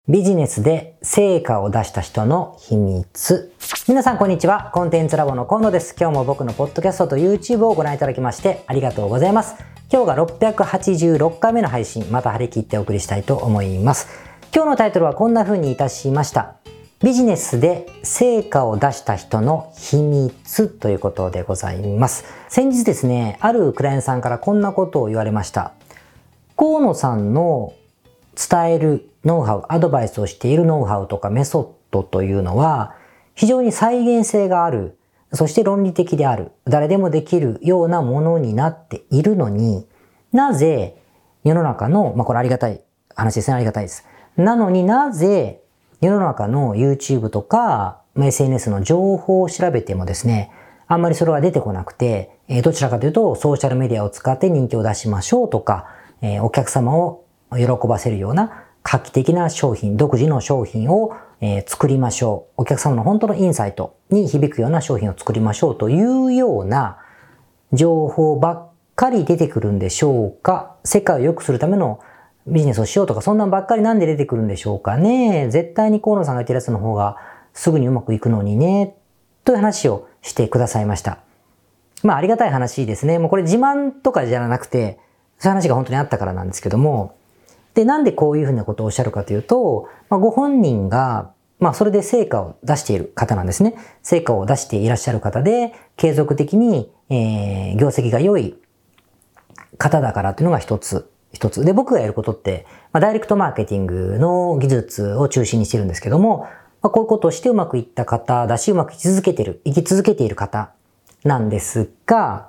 ビジネスで成果を出した人の秘密。皆さんこんにちは。コンテンツラボの河野です。今日も僕のポッドキャストと YouTube をご覧いただきましてありがとうございます。今日が686回目の配信、また張り切ってお送りしたいと思います。今日のタイトルはこんな風にいたしました。ビジネスで成果を出した人の秘密ということでございます。先日ですね、あるクライアントさんからこんなことを言われました。河野さんの伝えるノウハウ、アドバイスをしているノウハウとかメソッドというのは非常に再現性がある、そして論理的である、誰でもできるようなものになっているのに、なぜ世の中の、これありがたい話ですね、ありがたいです。なのになぜ世の中の YouTube とか SNS の情報を調べてもですね、あんまりそれは出てこなくて、どちらかというとソーシャルメディアを使って人気を出しましょうとか、お客様を喜ばせるような画期的な商品、独自の商品を作りましょう。お客様の本当のインサイトに響くような商品を作りましょうというような情報ばっかり出てくるんでしょうか。世界を良くするためのビジネスをしようとか、そんなんばっかりなんで出てくるんでしょうかね。絶対に河野さんが言ってるやつの方がすぐにうまくいくのにね、という話をしてくださいました。ありがたい話ですね。もうこれ自慢とかじゃなくて、そういう話が本当にあったからなんですけども、で、なんでこういうふうなことをおっしゃるかというと、ご本人が、それで成果を出している方なんですね。成果を出していらっしゃる方で、継続的に、業績が良い方だからっていうのが一つ。で、僕がやることって、ダイレクトマーケティングの技術を中心にしてるんですけども、こういうことをしてうまくいった方だし、うまく生き続けている方なんですが、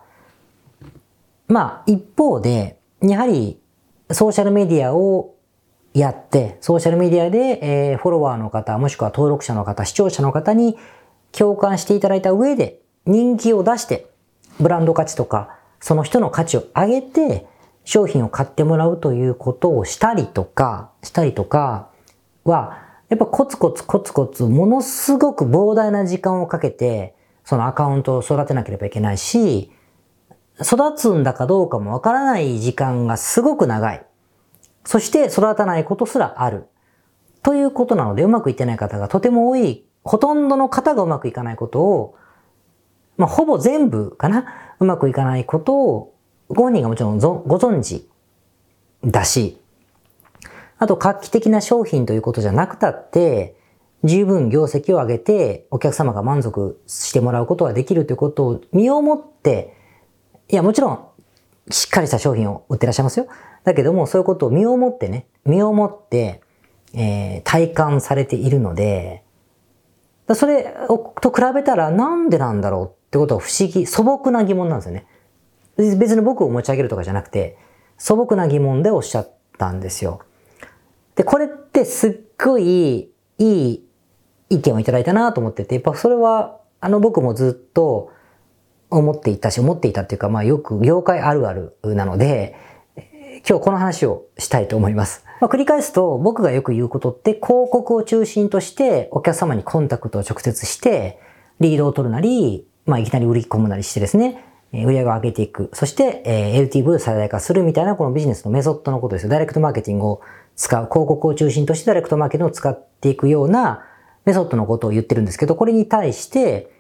一方で、やはり、ソーシャルメディアをやって、ソーシャルメディアで、フォロワーの方、もしくは登録者の方、視聴者の方に共感していただいた上で、人気を出して、ブランド価値とか、その人の価値を上げて、商品を買ってもらうということをしたりとかは、やっぱコツコツ、ものすごく膨大な時間をかけて、そのアカウントを育てなければいけないし、育つんだかどうかもわからない時間がすごく長い。そして育たないことすらある。ということなので、うまくいってない方がとても多い。ほとんどの方がうまくいかないことを、ほぼ全部かな。うまくいかないことを、ご本人がもちろんご存知だし、あと画期的な商品ということじゃなくたって、十分業績を上げて、お客様が満足してもらうことができるということを身をもって、もちろん、しっかりした商品を売ってらっしゃいますよ。だけども、そういうことを身をもって、体感されているので、それと比べたらなんでなんだろうってことは不思議、素朴な疑問なんですよね。別に僕を持ち上げるとかじゃなくて、素朴な疑問でおっしゃったんですよ。で、これってすっごいいい意見をいただいたなと思ってて、やっぱそれは、僕もずっと、思っていたっていうか、よく業界あるあるなので、今日この話をしたいと思います。繰り返すと、僕がよく言うことって、広告を中心としてお客様にコンタクトを直接して、リードを取るなり、いきなり売り込むなりしてですね、売り上げを上げていく。そして、LTV を最大化するみたいなこのビジネスのメソッドのことですよ。ダイレクトマーケティングを使う。広告を中心としてダイレクトマーケティングを使っていくようなメソッドのことを言ってるんですけど、これに対して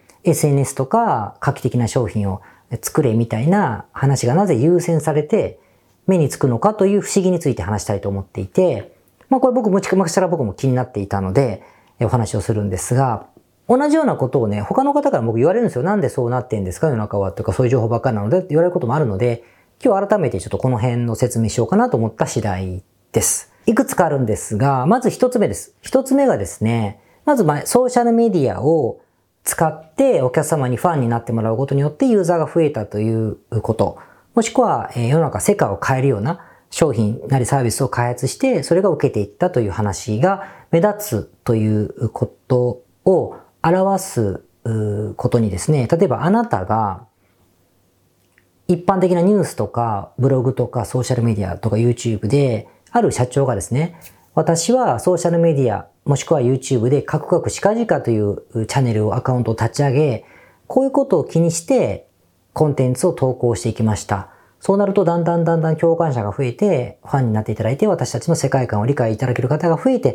、SNS とか画期的な商品を作れみたいな話がなぜ優先されて目につくのかという不思議について話したいと思っていて、これ僕も気になっていたのでお話をするんですが、同じようなことをね、他の方から僕言われるんですよ。なんでそうなってんですか世の中はとか、そういう情報ばっかりなのでって言われることもあるので、今日改めてちょっとこの辺の説明しようかなと思った次第です。いくつかあるんですが、まず一つ目です。一つ目がですね、まずソーシャルメディアを使ってお客様にファンになってもらうことによってユーザーが増えたということ。もしくは世の中世界を変えるような商品なりサービスを開発してそれが受けていったという話が目立つということを表すことにですね、例えばあなたが一般的なニュースとかブログとかソーシャルメディアとか YouTube である社長がですね、私はソーシャルメディアもしくは YouTube でカクカクしかじかというチャンネルアカウントを立ち上げ、こういうことを気にしてコンテンツを投稿していきました。そうなるとだんだん共感者が増えて、ファンになっていただいて、私たちの世界観を理解いただける方が増えて、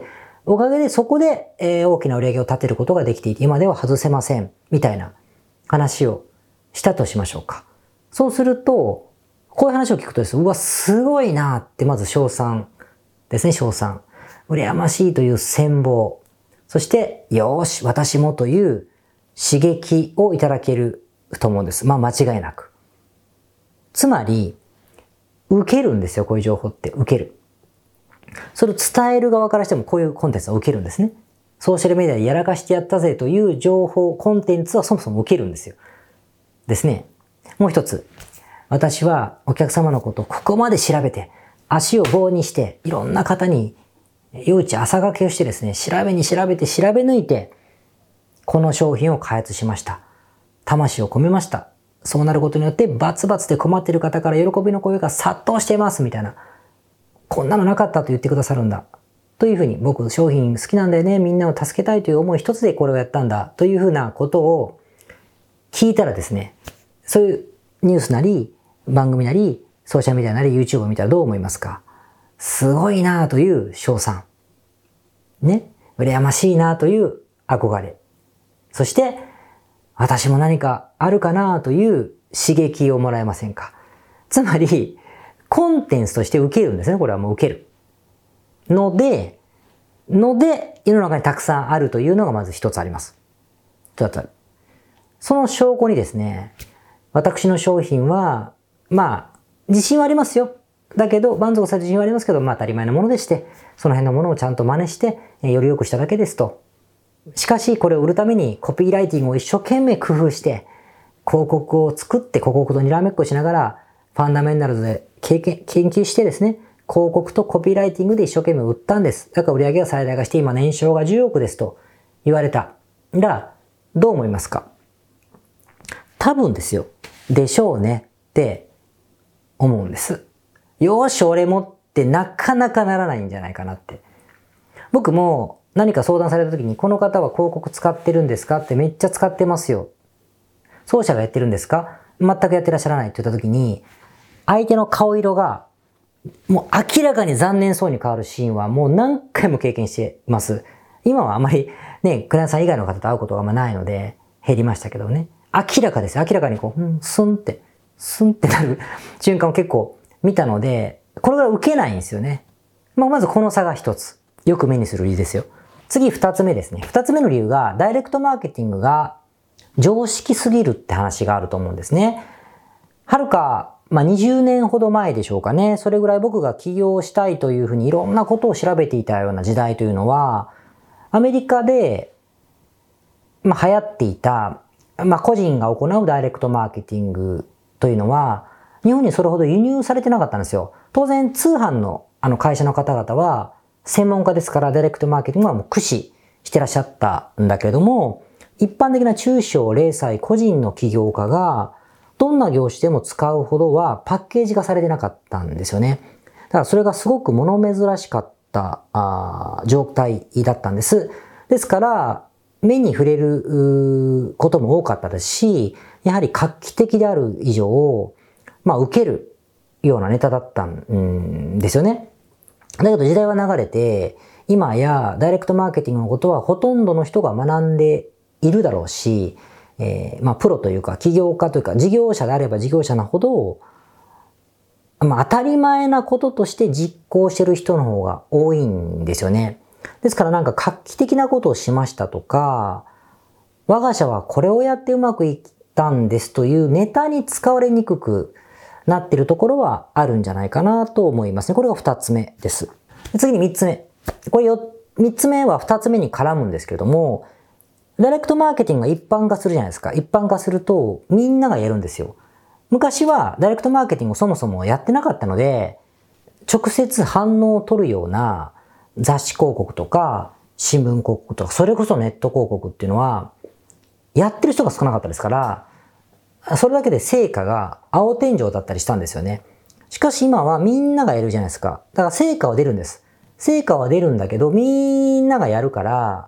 おかげでそこで、大きな売り上げを立てることができていて、今では外せません。みたいな話をしたとしましょうか。そうすると、こういう話を聞くとですね、うわ、すごいなって、まず称賛ですね、称賛。羨ましいという羨望。そして、よーし、私もという刺激をいただけると思うんです。まあ、間違いなく。つまり、受けるんですよ、こういう情報って。受ける。それを伝える側からしてもこういうコンテンツは受けるんですね。ソーシャルメディアでやらかしてやったぜという情報、コンテンツはそもそも受けるんですよ。ですね。もう一つ。私はお客様のことをここまで調べて、足を棒にして、いろんな方に、夜打ち朝掛けをしてですね、調べ抜いて、この商品を開発しました。魂を込めました。そうなることによって、バツバツで困っている方から喜びの声が殺到しています、みたいな。こんなのなかったと言ってくださるんだ。というふうに、僕商品好きなんだよね、みんなを助けたいという思い一つでこれをやったんだ。というふうなことを聞いたらですね、そういうニュースなり、番組なり、ソーシャルメディアなり、YouTube を見たらどう思いますか？すごいなという称賛。ね。羨ましいなという憧れ。そして、私も何かあるかなという刺激をもらえませんか？つまり、コンテンツとして受けるんですね。これはもう受ける。ので、世の中にたくさんあるというのがまず一つあります。一つある。その証拠にですね、私の商品は、まあ、自信はありますよ。だけど、満足される自信はありますけど、まあ当たり前のものでして、その辺のものをちゃんと真似して、より良くしただけですと。しかし、これを売るためにコピーライティングを一生懸命工夫して、広告を作って広告とにらめっこしながら、ファンダメンタルズで研究してですね、広告とコピーライティングで一生懸命売ったんです。だから売上が最大化して今年商が10億ですと言われた。が、どう思いますか？多分ですよ。でしょうねって思うんです。よーし、俺もってなかなかならないんじゃないかなって。僕も何か相談された時に、この方は広告使ってるんですかってめっちゃ使ってますよ。奏者がやってるんですか？全くやってらっしゃらないって言った時に、相手の顔色がもう明らかに残念そうに変わるシーンはもう何回も経験しています。今はあまりね、クライアントさん以外の方と会うことがあんまないので減りましたけどね。明らかです。明らかにこう、スンってなる瞬間を結構見たので、これが受けないんですよね。まずこの差が一つ。よく目にする理由ですよ。次二つ目ですね。二つ目の理由が、ダイレクトマーケティングが常識すぎるって話があると思うんですね。はるか、20年ほど前でしょうかね。それぐらい僕が起業したいというふうにいろんなことを調べていたような時代というのは、アメリカで、流行っていた、個人が行うダイレクトマーケティングというのは、日本にそれほど輸入されてなかったんですよ。当然、通販の会社の方々は、専門家ですから、ダイレクトマーケティングはもう駆使してらっしゃったんだけれども、一般的な中小零細個人の起業家が、どんな業種でも使うほどはパッケージ化されてなかったんですよね。だからそれがすごく物珍しかった状態だったんです。ですから、目に触れることも多かったですし、やはり画期的である以上、受けるようなネタだったんですよね。だけど時代は流れて、今やダイレクトマーケティングのことはほとんどの人が学んでいるだろうし、プロというか起業家というか事業者であれば事業者なほど、当たり前なこととして実行してる人の方が多いんですよね。ですからなんか画期的なことをしましたとか、我が社はこれをやってうまくいったんですというネタに使われにくくなっているところはあるんじゃないかなと思いますね。これが二つ目です。次に三つ目。三つ目は二つ目に絡むんですけれども、ダイレクトマーケティングが一般化するじゃないですか。一般化するとみんながやるんですよ。昔はダイレクトマーケティングをそもそもやってなかったので、直接反応を取るような雑誌広告とか新聞広告とか、それこそネット広告っていうのは、やってる人が少なかったですから、それだけで成果が青天井だったりしたんですよね。しかし今はみんながやるじゃないですか。だから成果は出るんです。成果は出るんだけど、みんながやるから、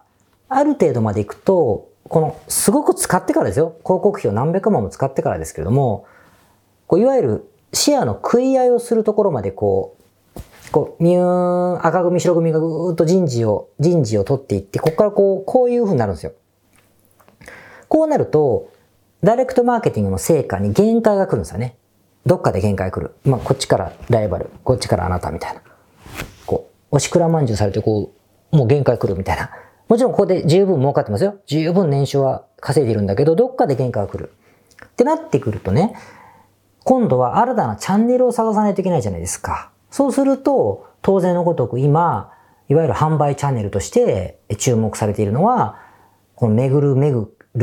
ある程度まで行くと、すごく使ってからですよ。広告費を何百万も使ってからですけれども、いわゆるシェアの食い合いをするところまでこう、ミューン、赤組、白組がぐーっと人事を取っていって、ここからこういう風になるんですよ。こうなると、ダイレクトマーケティングの成果に限界が来るんですよね。どっかで限界が来る。まあ、こっちからライバル、こっちからあなたみたいな。こう、おしくらまんじゅうされて、こう、もう限界来るみたいな。もちろんここで十分儲かってますよ。十分年収は稼いでいるんだけど、どっかで限界が来る。ってなってくるとね、今度は新たなチャンネルを探さないといけないじゃないですか。そうすると、当然のごとく今、いわゆる販売チャンネルとして注目されているのは、このめぐるめ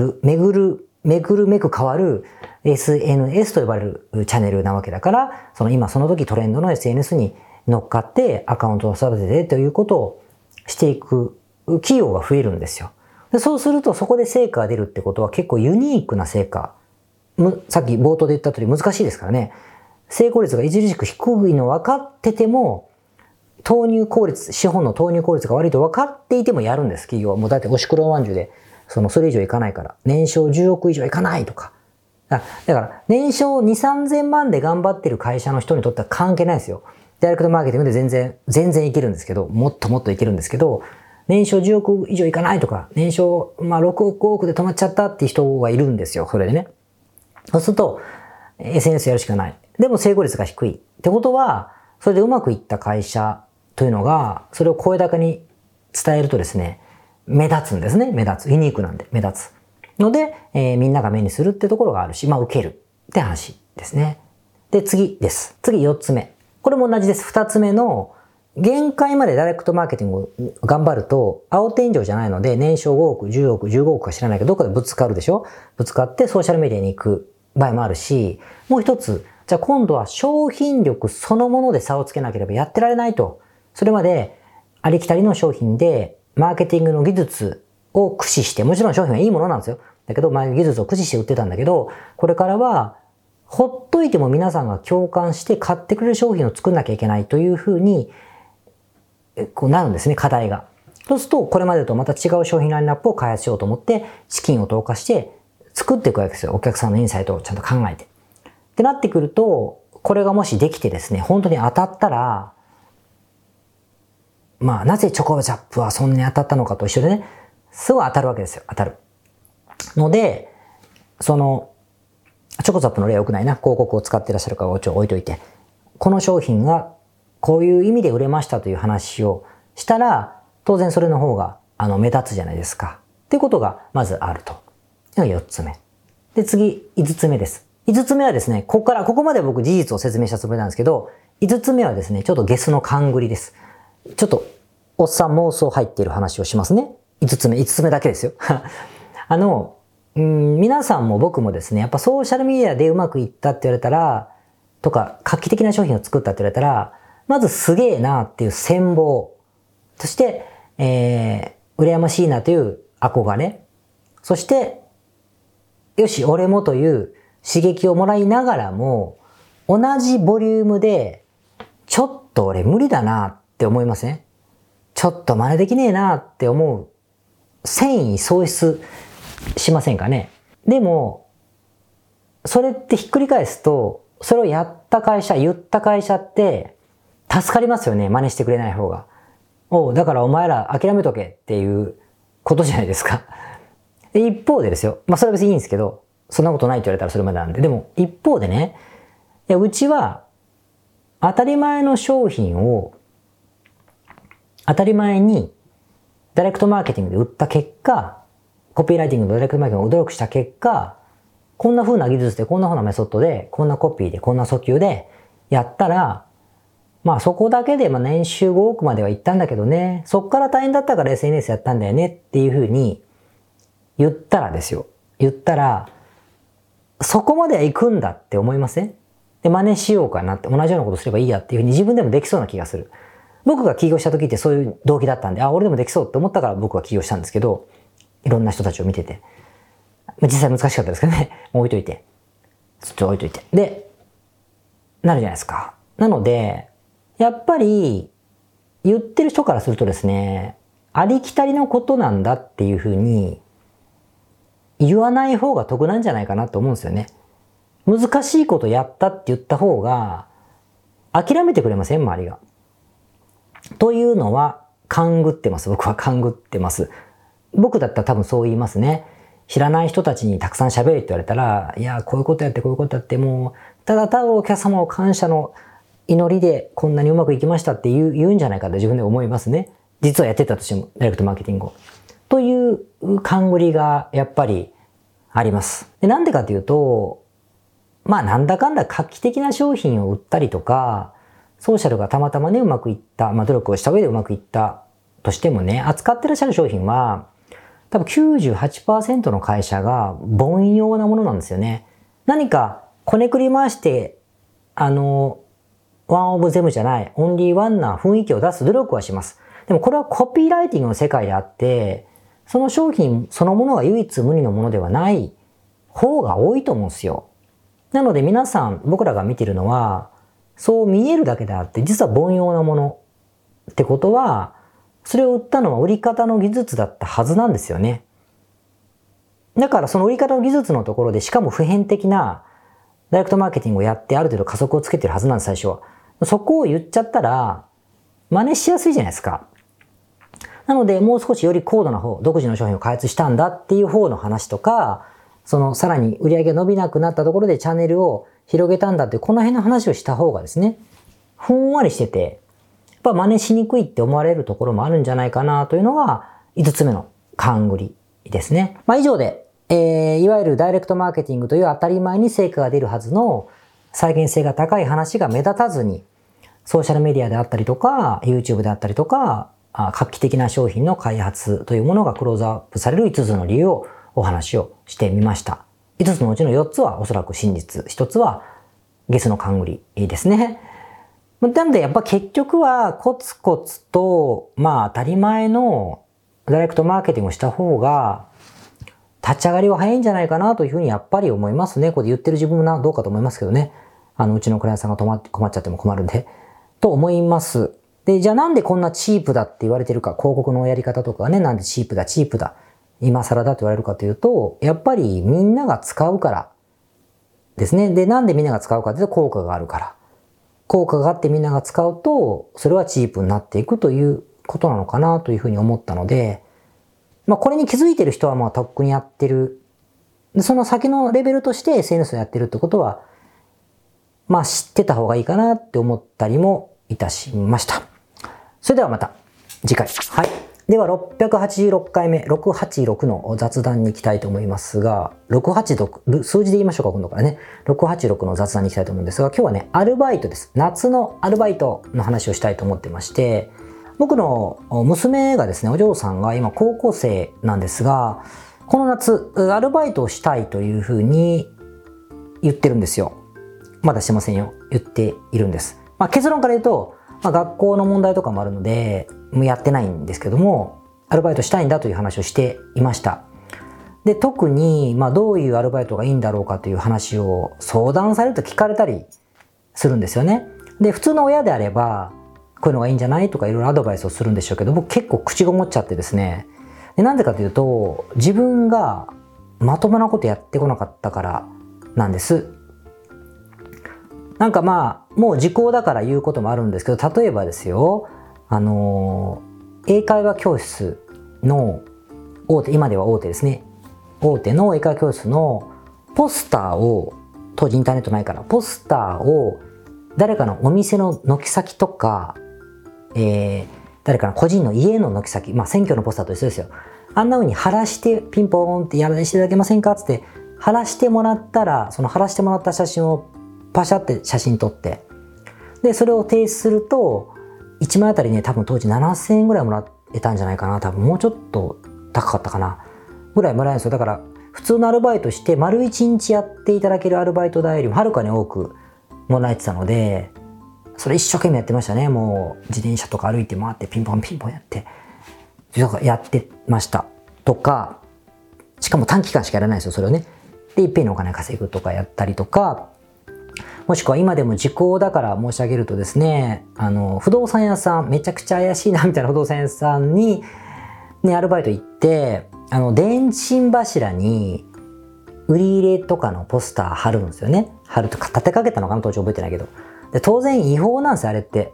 く変わる SNS と呼ばれるチャンネルなわけだから、今その時トレンドの SNS に乗っかってアカウントを育ててということをしていく企業が増えるんですよ。でそうするとそこで成果が出るってことは結構ユニークな成果。さっき冒頭で言った通り難しいですからね。成功率が著しく低いの分かってても、資本の投入効率が悪いと分かっていてもやるんです、企業は。もうだっておしくろまんじゅうで、それ以上いかないから。年商10億以上いかないとか。だから、年商2、3000万で頑張ってる会社の人にとっては関係ないですよ。ダイレクトマーケティングで全然いけるんですけど、もっともっといけるんですけど、年商10億以上いかないとか、年商、6億、5億で止まっちゃったっていう人がいるんですよ、それでね。そうすると、SNS やるしかない。でも成功率が低い。ってことは、それでうまくいった会社というのが、それを声高に伝えるとですね、目立つんですね。目立つ。ユニークなんで目立つ。ので、みんなが目にするってところがあるし、受けるって話ですね。で、次です。次4つ目。これも同じです。2つ目の、限界までダイレクトマーケティングを頑張ると、青天井じゃないので、年商5億、10億、15億か知らないけど、どっかでぶつかるでしょ？ぶつかってソーシャルメディアに行く場合もあるし、もう一つ、じゃあ今度は商品力そのもので差をつけなければやってられないと。それまでありきたりの商品でマーケティングの技術を駆使して、もちろん商品はいいものなんですよ。だけど、技術を駆使して売ってたんだけど、これからはほっといても皆さんが共感して買ってくれる商品を作んなきゃいけないというふうに、こうなるんですね、課題が。そうすると、これまでとまた違う商品ラインナップを開発しようと思って、資金を投下して作っていくわけですよ。お客さんのインサイトをちゃんと考えて。ってなってくると、これがもしできてですね、本当に当たったら、なぜチョコザップはそんなに当たったのかと一緒でね、すごい当たるわけですよ。当たる。ので、チョコザップの例は良くないな。広告を使っていらっしゃるから置いといて。この商品がこういう意味で売れましたという話をしたら、当然それの方が目立つじゃないですか。っていうことがまずあると。4つ目。で、次、5つ目です。5つ目はですね、ここまで僕事実を説明したつもりなんですけど、5つ目はですね、ちょっとゲスの勘繰りです。ちょっと、おっさん妄想入っている話をしますね。5つ目だけですよ。皆さんも僕もですね、やっぱソーシャルメディアでうまくいったって言われたら、とか、画期的な商品を作ったって言われたら、まずすげえなっていう羨望。そして、羨ましいなという憧れ。そして、よし、俺もという刺激をもらいながらも、同じボリュームで、ちょっと俺無理だなって思いません？ちょっと真似できねえなって思う。戦意喪失しませんかね？でも、それってひっくり返すと、それを言った会社って、助かりますよね。真似してくれない方が。だからお前ら諦めとけっていうことじゃないですか。一方でですよ。それは別にいいんですけど、そんなことないって言われたらそれまでなんで。でも一方でね、うちは当たり前の商品を当たり前にダイレクトマーケティングで売った結果、コピーライティングのダイレクトマーケティングを努力した結果、こんな風な技術で、こんな風なメソッドで、こんなコピーで、こんな訴求でやったら、そこだけで年収5億までは行ったんだけどね、そっから大変だったから SNS やったんだよねっていう風に言ったらですよ。そこまでは行くんだって思いません？で、真似しようかなって、同じようなことすればいいやっていう風に自分でもできそうな気がする。僕が起業した時ってそういう動機だったんで、俺でもできそうって思ったから僕は起業したんですけど、いろんな人たちを見てて。実際難しかったですけどね。もう置いといて。で、なるじゃないですか。なので、やっぱり、言ってる人からするとですね、ありきたりのことなんだっていうふうに、言わない方が得なんじゃないかなと思うんですよね。難しいことやったって言った方が、諦めてくれません？周りが。 というのは勘ぐってます。僕は勘ぐってます。僕だったら多分そう言いますね。知らない人たちにたくさん喋れって言われたら、いや、こういうことやってこういうことやって、もう、ただただお客様を感謝の祈りでこんなにうまくいきましたって言うんじゃないかと自分で思いますね。実はやってたとしても、ダイレクトマーケティングを。という勘繰りがやっぱりあります。で、なんでかというと、まあなんだかんだ画期的な商品を売ったりとか、ソーシャルがたまたまね、うまくいった、まあ努力をした上でうまくいったとしてもね、扱ってらっしゃる商品は、多分 98% の会社が凡庸なものなんですよね。何かこねくり回して、ワンオブゼムじゃない、オンリーワンな雰囲気を出す努力はします。でもこれはコピーライティングの世界であって、その商品そのものが唯一無二のものではない方が多いと思うんですよ。なので皆さん、僕らが見てるのは、そう見えるだけであって、実は凡庸なものってことは、それを売ったのは売り方の技術だったはずなんですよね。だからその売り方の技術のところで、しかも普遍的なダイレクトマーケティングをやってある程度加速をつけてるはずなんです、最初は。そこを言っちゃったら、真似しやすいじゃないですか。なので、もう少しより高度な方、独自の商品を開発したんだっていう方の話とか、そのさらに売り上げが伸びなくなったところでチャンネルを広げたんだっていう、この辺の話をした方がですね、ふんわりしてて、やっぱ真似しにくいって思われるところもあるんじゃないかなというのが、5つ目の勘繰りですね。まあ以上で、いわゆるダイレクトマーケティングという当たり前に成果が出るはずの再現性が高い話が目立たずに、ソーシャルメディアであったりとか、YouTube であったりとか、画期的な商品の開発というものがクローズアップされる5つの理由をお話をしてみました。5つのうちの4つはおそらく真実、1つはゲスの勘繰りですね。なのでやっぱ結局はコツコツと、まあ当たり前のダイレクトマーケティングをした方が立ち上がりは早いんじゃないかなというふうにやっぱり思いますね。これ言ってる自分もどうかと思いますけどね。うちのクライアントさんが困っちゃっても困るんで。と思います。で、じゃあなんでこんなチープだって言われてるか、広告のやり方とかね、なんでチープだ、今更だと言われるかというと、やっぱりみんなが使うからですね。で、なんでみんなが使うかというと効果があるから。効果があってみんなが使うと、それはチープになっていくということなのかなというふうに思ったので、まあこれに気づいてる人はまあとっくにやってる。その先のレベルとして SNS をやってるってことは、まあ知ってた方がいいかなって思ったりもいたしました。それではまた次回。はい。では686回目、686の雑談に行きたいと思いますが、686、数字で言いましょうか、今度からね。686の雑談に行きたいと思うんですが、今日はね、アルバイトです。夏のアルバイトの話をしたいと思ってまして、僕の娘がですね、お嬢さんが今高校生なんですが、この夏、アルバイトをしたいというふうに言ってるんですよ。まだしてませんよ。言っているんです。まあ結論から言うと、学校の問題とかもあるので、もうやってないんですけども、アルバイトしたいんだという話をしていました。で、特に、どういうアルバイトがいいんだろうかという話を相談されると聞かれたりするんですよね。で、普通の親であれば、こういうのがいいんじゃないとかいろいろアドバイスをするんでしょうけど、僕結構口ごもっちゃってですね。で、なんでかというと、自分がまともなことやってこなかったからなんです。なんかもう時効だから言うこともあるんですけど、例えばですよ、英会話教室の大手、今では大手ですね。大手の英会話教室のポスターを、当時インターネットないから、ポスターを誰かのお店の軒先とか、誰かの個人の家の軒先、選挙のポスターと一緒ですよ。あんな風に貼らして、ピンポーンってやらしていただけませんかつって、貼らしてもらったら、その貼らしてもらった写真をパシャって写真撮って、で、それを提出すると、1枚あたりね、多分当時7000円ぐらいもらえたんじゃないかな。多分もうちょっと高かったかな。ぐらいもらえるんですよ。だから、普通のアルバイトして丸1日やっていただけるアルバイト代よりもはるかに多くもらえてたので、それ一生懸命やってましたね。もう自転車とか歩いて回ってピンポンピンポンやって、やってました。とか、しかも短期間しかやらないですよ、それをね。で、いっぺんにお金稼ぐとかやったりとか、もしくは今でも時効だから申し上げるとですね、不動産屋さん、めちゃくちゃ怪しいなみたいな不動産屋さんに、ね、アルバイト行って、電信柱に売り入れとかのポスター貼るんですよね。貼るとか、立てかけたのかな当時覚えてないけど。で、当然違法なんですよ、あれって。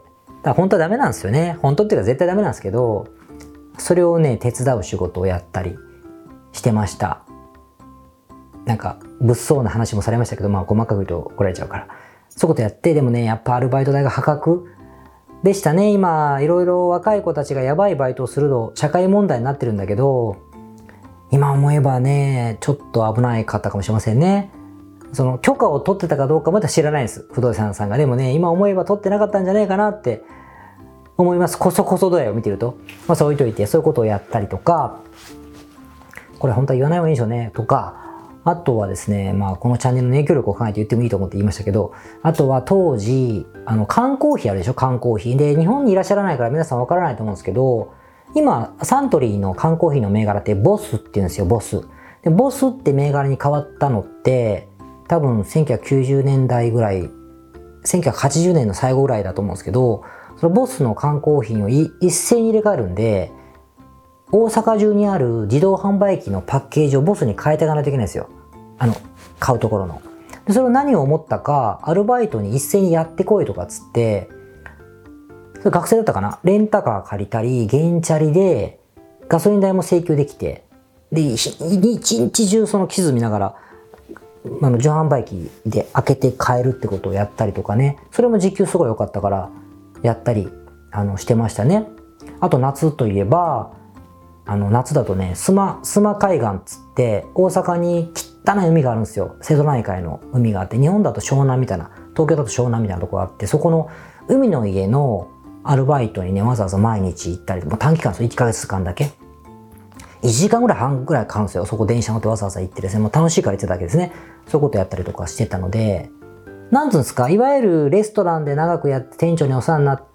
から本当はダメなんですよね。本当っていうか絶対ダメなんですけど、それをね、手伝う仕事をやったりしてました。なんか物騒な話もされましたけど、細かく言うと怒られちゃうから。そういうことやって、でもね、やっぱアルバイト代が破格でしたね。今、いろいろ若い子たちがやばいバイトをすると社会問題になってるんだけど、今思えばね、ちょっと危ないかったかもしれませんね。その許可を取ってたかどうかまだ知らないです。不動産さんが。でもね、今思えば取ってなかったんじゃないかなって思います。こそこそ度合いを見てると。そう置いといて、そういうことをやったりとか、これ本当は言わない方がいいんでしょうね。とか、あとはですね、このチャンネルの影響力を考えて言ってもいいと思って言いましたけど、あとは当時、缶コーヒーあるでしょ、缶コーヒー。で、日本にいらっしゃらないから皆さんわからないと思うんですけど、今、サントリーの缶コーヒーの銘柄ってボスって言うんですよ、ボス。で、ボスって銘柄に変わったのって、多分1990年代ぐらい、1980年の最後ぐらいだと思うんですけど、そのボスの缶コーヒーを一斉に入れ替えるんで、大阪中にある自動販売機のパッケージをボスに変えていかないといけないんですよ。買うところの。で、それを何を思ったか、アルバイトに一斉にやってこいとかっつって、それ学生だったかな、レンタカー借りたり、原チャリでガソリン代も請求できて、で、一日中その地図見ながら、自動販売機で開けて買えるってことをやったりとかね。それも時給すごい良かったから、やったり、してましたね。あと夏といえば、夏だとね、須磨海岸っつって、大阪に汚い海があるんですよ。瀬戸内海の海があって、日本だと湘南みたいな、東京だと湘南みたいなとこがあって、そこの海の家のアルバイトにね、わざわざ毎日行ったり、短期間、1ヶ月間だけ。1時間ぐらい半ぐらいかかるんですよ。そこ電車乗ってわざわざ行ってですね、もう楽しいから行ってただけですね。そういうことやったりとかしてたので、なんつうんですか、いわゆるレストランで長くやって店長にお世話になって、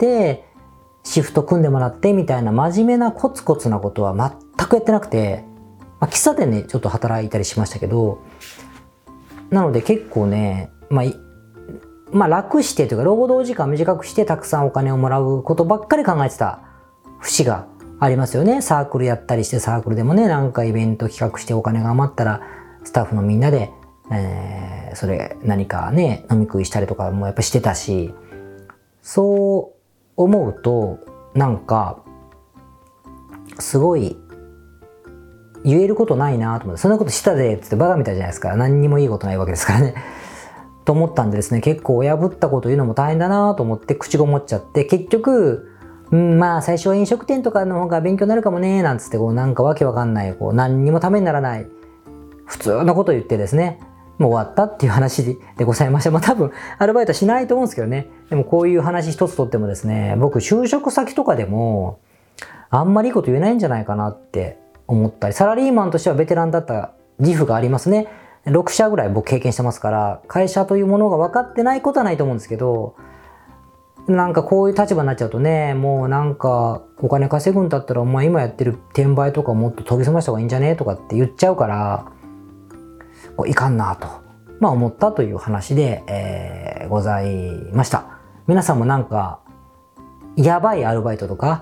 シフト組んでもらってみたいな真面目なコツコツなことは全くやってなくて、喫茶店でちょっと働いたりしましたけど、なので結構ね、楽してというか労働時間短くしてたくさんお金をもらうことばっかり考えてた節がありますよね。サークルやったりして、サークルでもね、なんかイベント企画してお金が余ったらスタッフのみんなで、それ何かね、飲み食いしたりとかもやっぱしてたし、そう思うと、なんか、すごい、言えることないなと思って、そんなことしたぜって言ってバカみたいじゃないですか。何にもいいことないわけですからね。と思ったんでですね、結構親ぶったこと言うのも大変だなと思って口ごもっちゃって、結局、最初は飲食店とかの方が勉強になるかもねなんつって、なんかわけわかんない、何にもためにならない、普通のこと言ってですね、もう終わったっていう話でございました。多分、アルバイトしないと思うんですけどね。でもこういう話一つとってもですね、僕、就職先とかでも、あんまりいいこと言えないんじゃないかなって思ったり、サラリーマンとしてはベテランだった自負がありますね。6社ぐらい僕経験してますから、会社というものが分かってないことはないと思うんですけど、なんかこういう立場になっちゃうとね、もうなんかお金稼ぐんだったらお前今やってる転売とかもっと研ぎ澄ました方がいいんじゃねとかって言っちゃうから、いかんなと、思ったという話で、ございました。皆さんもなんか、やばいアルバイトとか、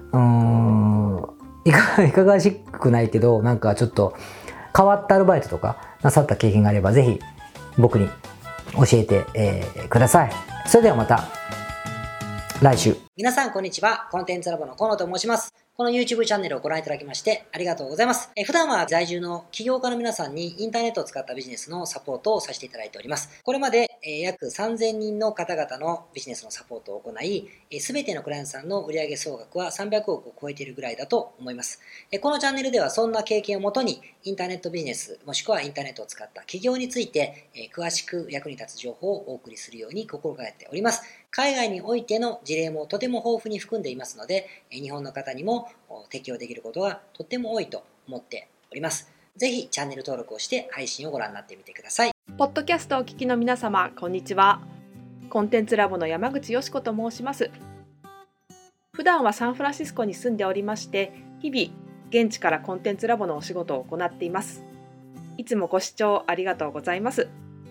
いかがわしくないけど、なんかちょっと変わったアルバイトとかなさった経験があれば、ぜひ僕に教えて、ください。それではまた来週。皆さんこんにちは。コンテンツラボの河野と申します。この YouTube チャンネルをご覧いただきましてありがとうございます。普段は在住の起業家の皆さんにインターネットを使ったビジネスのサポートをさせていただいております。これまで約3000人の方々のビジネスのサポートを行い、すべてのクライアントさんの売上総額は300億を超えているぐらいだと思います。このチャンネルではそんな経験をもとにインターネットビジネスもしくはインターネットを使った起業について詳しく役に立つ情報をお送りするように心がけております。海外においての事例もとても豊富に含んでいますので、日本の方にも適用できることがとっても多いと思っております。ぜひチャンネル登録をして配信をご覧になってみてください。 ポッドキャストをお聞きの皆様、こんにちは。コンテンツラボの山口よし子と申します。普段はサンフランシスコに住んでおりまして、日々現地からコンテンツラボのお仕事を行っています。いつもご視聴ありがとうございます。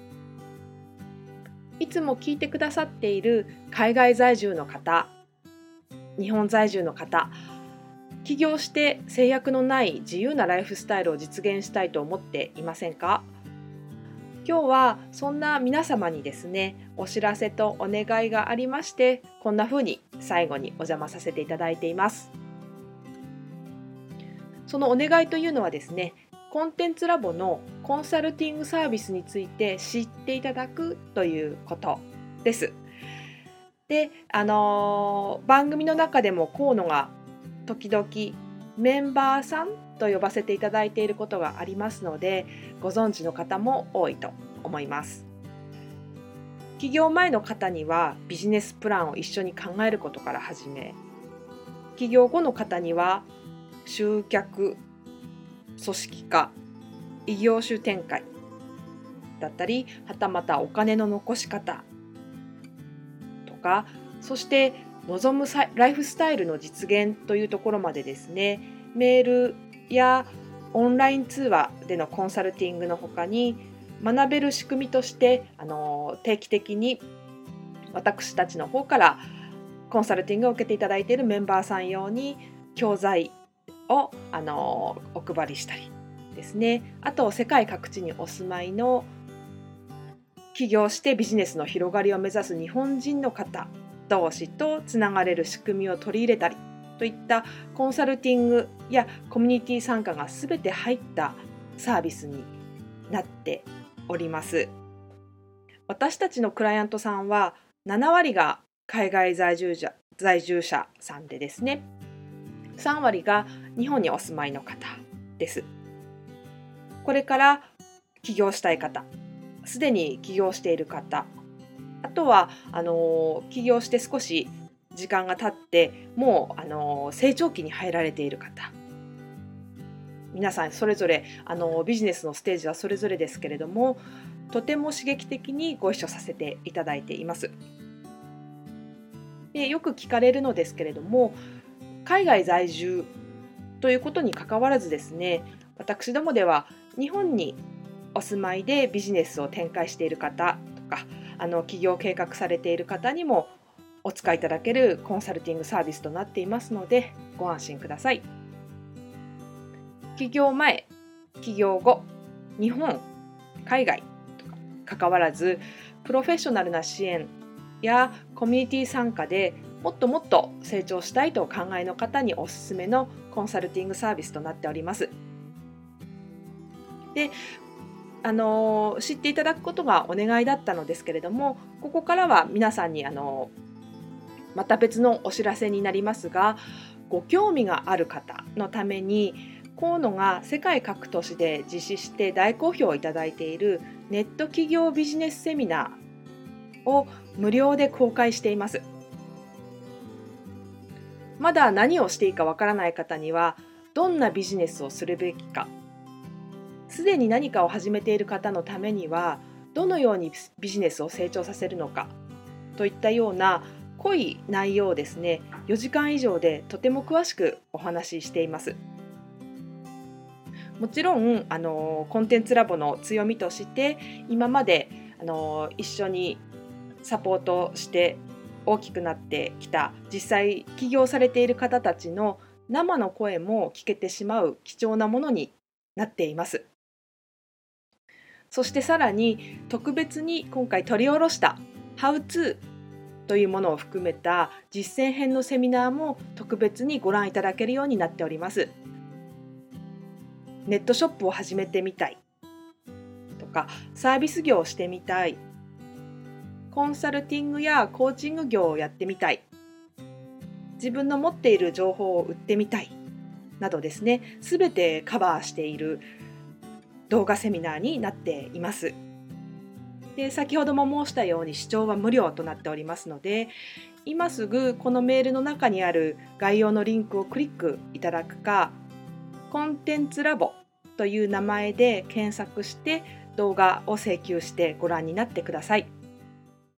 いつも聞いてくださっている海外在住の方、日本在住の方、起業して制約のない自由なライフスタイルを実現したいと思っていませんか？ 今日はそんな皆様にですね、お知らせとお願いがありまして、こんな風に最後にお邪魔させていただいています。そのお願いというのはですね、コンテンツラボのコンサルティングサービスについて知っていただくということです。で、番組の中でも河野が時々メンバーさんと呼ばせていただいていることがありますので、ご存知の方も多いと思います。起業前の方にはビジネスプランを一緒に考えることから始め、起業後の方には集客、組織化、異業種展開だったり、はたまたお金の残し方とか、そして望むライフスタイルの実現というところまでですね、メールやオンライン通話でのコンサルティングの他に、学べる仕組みとして定期的に私たちの方からコンサルティングを受けていただいているメンバーさん用に教材をお配りしたりですね、あと世界各地にお住まいの起業してビジネスの広がりを目指す日本人の方同士とつながれる仕組みを取り入れたりといったコンサルティングやコミュニティ参加がすべて入ったサービスになっております。私たちのクライアントさんは7割が海外在住者さんでですね、3割が日本にお住まいの方です。これから起業したい方、すでに起業している方、あとは起業して少し時間が経ってもう成長期に入られている方、皆さんそれぞれビジネスのステージはそれぞれですけれども、とても刺激的にご一緒させていただいています。で、よく聞かれるのですけれども、海外在住ということに関わらずですね、私どもでは日本にお住まいでビジネスを展開している方とか、起業計画されている方にもお使いいただけるコンサルティングサービスとなっていますので、ご安心ください。起業前、起業後、日本、海外とか関わらず、プロフェッショナルな支援やコミュニティ参加でもっともっと成長したいとお考えの方におすすめのコンサルティングサービスとなっております。で、知っていただくことがお願いだったのですけれども、ここからは皆さんにまた別のお知らせになりますが、ご興味がある方のために河野が世界各都市で実施して大好評をいただいているネット企業ビジネスセミナーを無料で公開しています。まだ何をしていいかわからない方には、どんなビジネスをするべきか、すでに何かを始めている方のためにはどのようにビジネスを成長させるのかといったような濃い内容をですね、4時間以上でとても詳しくお話ししています。もちろんコンテンツラボの強みとして、今まで一緒にサポートして大きくなってきた、実際起業されている方たちの生の声も聞けてしまう貴重なものになっています。そしてさらに特別に今回取り下ろしたHow to というものを含めた実践編のセミナーも特別にご覧いただけるようになっております。ネットショップを始めてみたいとか、サービス業をしてみたい、コンサルティングやコーチング業をやってみたい、自分の持っている情報を売ってみたいなどですね、すべてカバーしている動画セミナーになっています。で、先ほども申したように視聴は無料となっておりますので、今すぐこのメールの中にある概要のリンクをクリックいただくか、コンテンツラボという名前で検索して動画を請求してご覧になってください。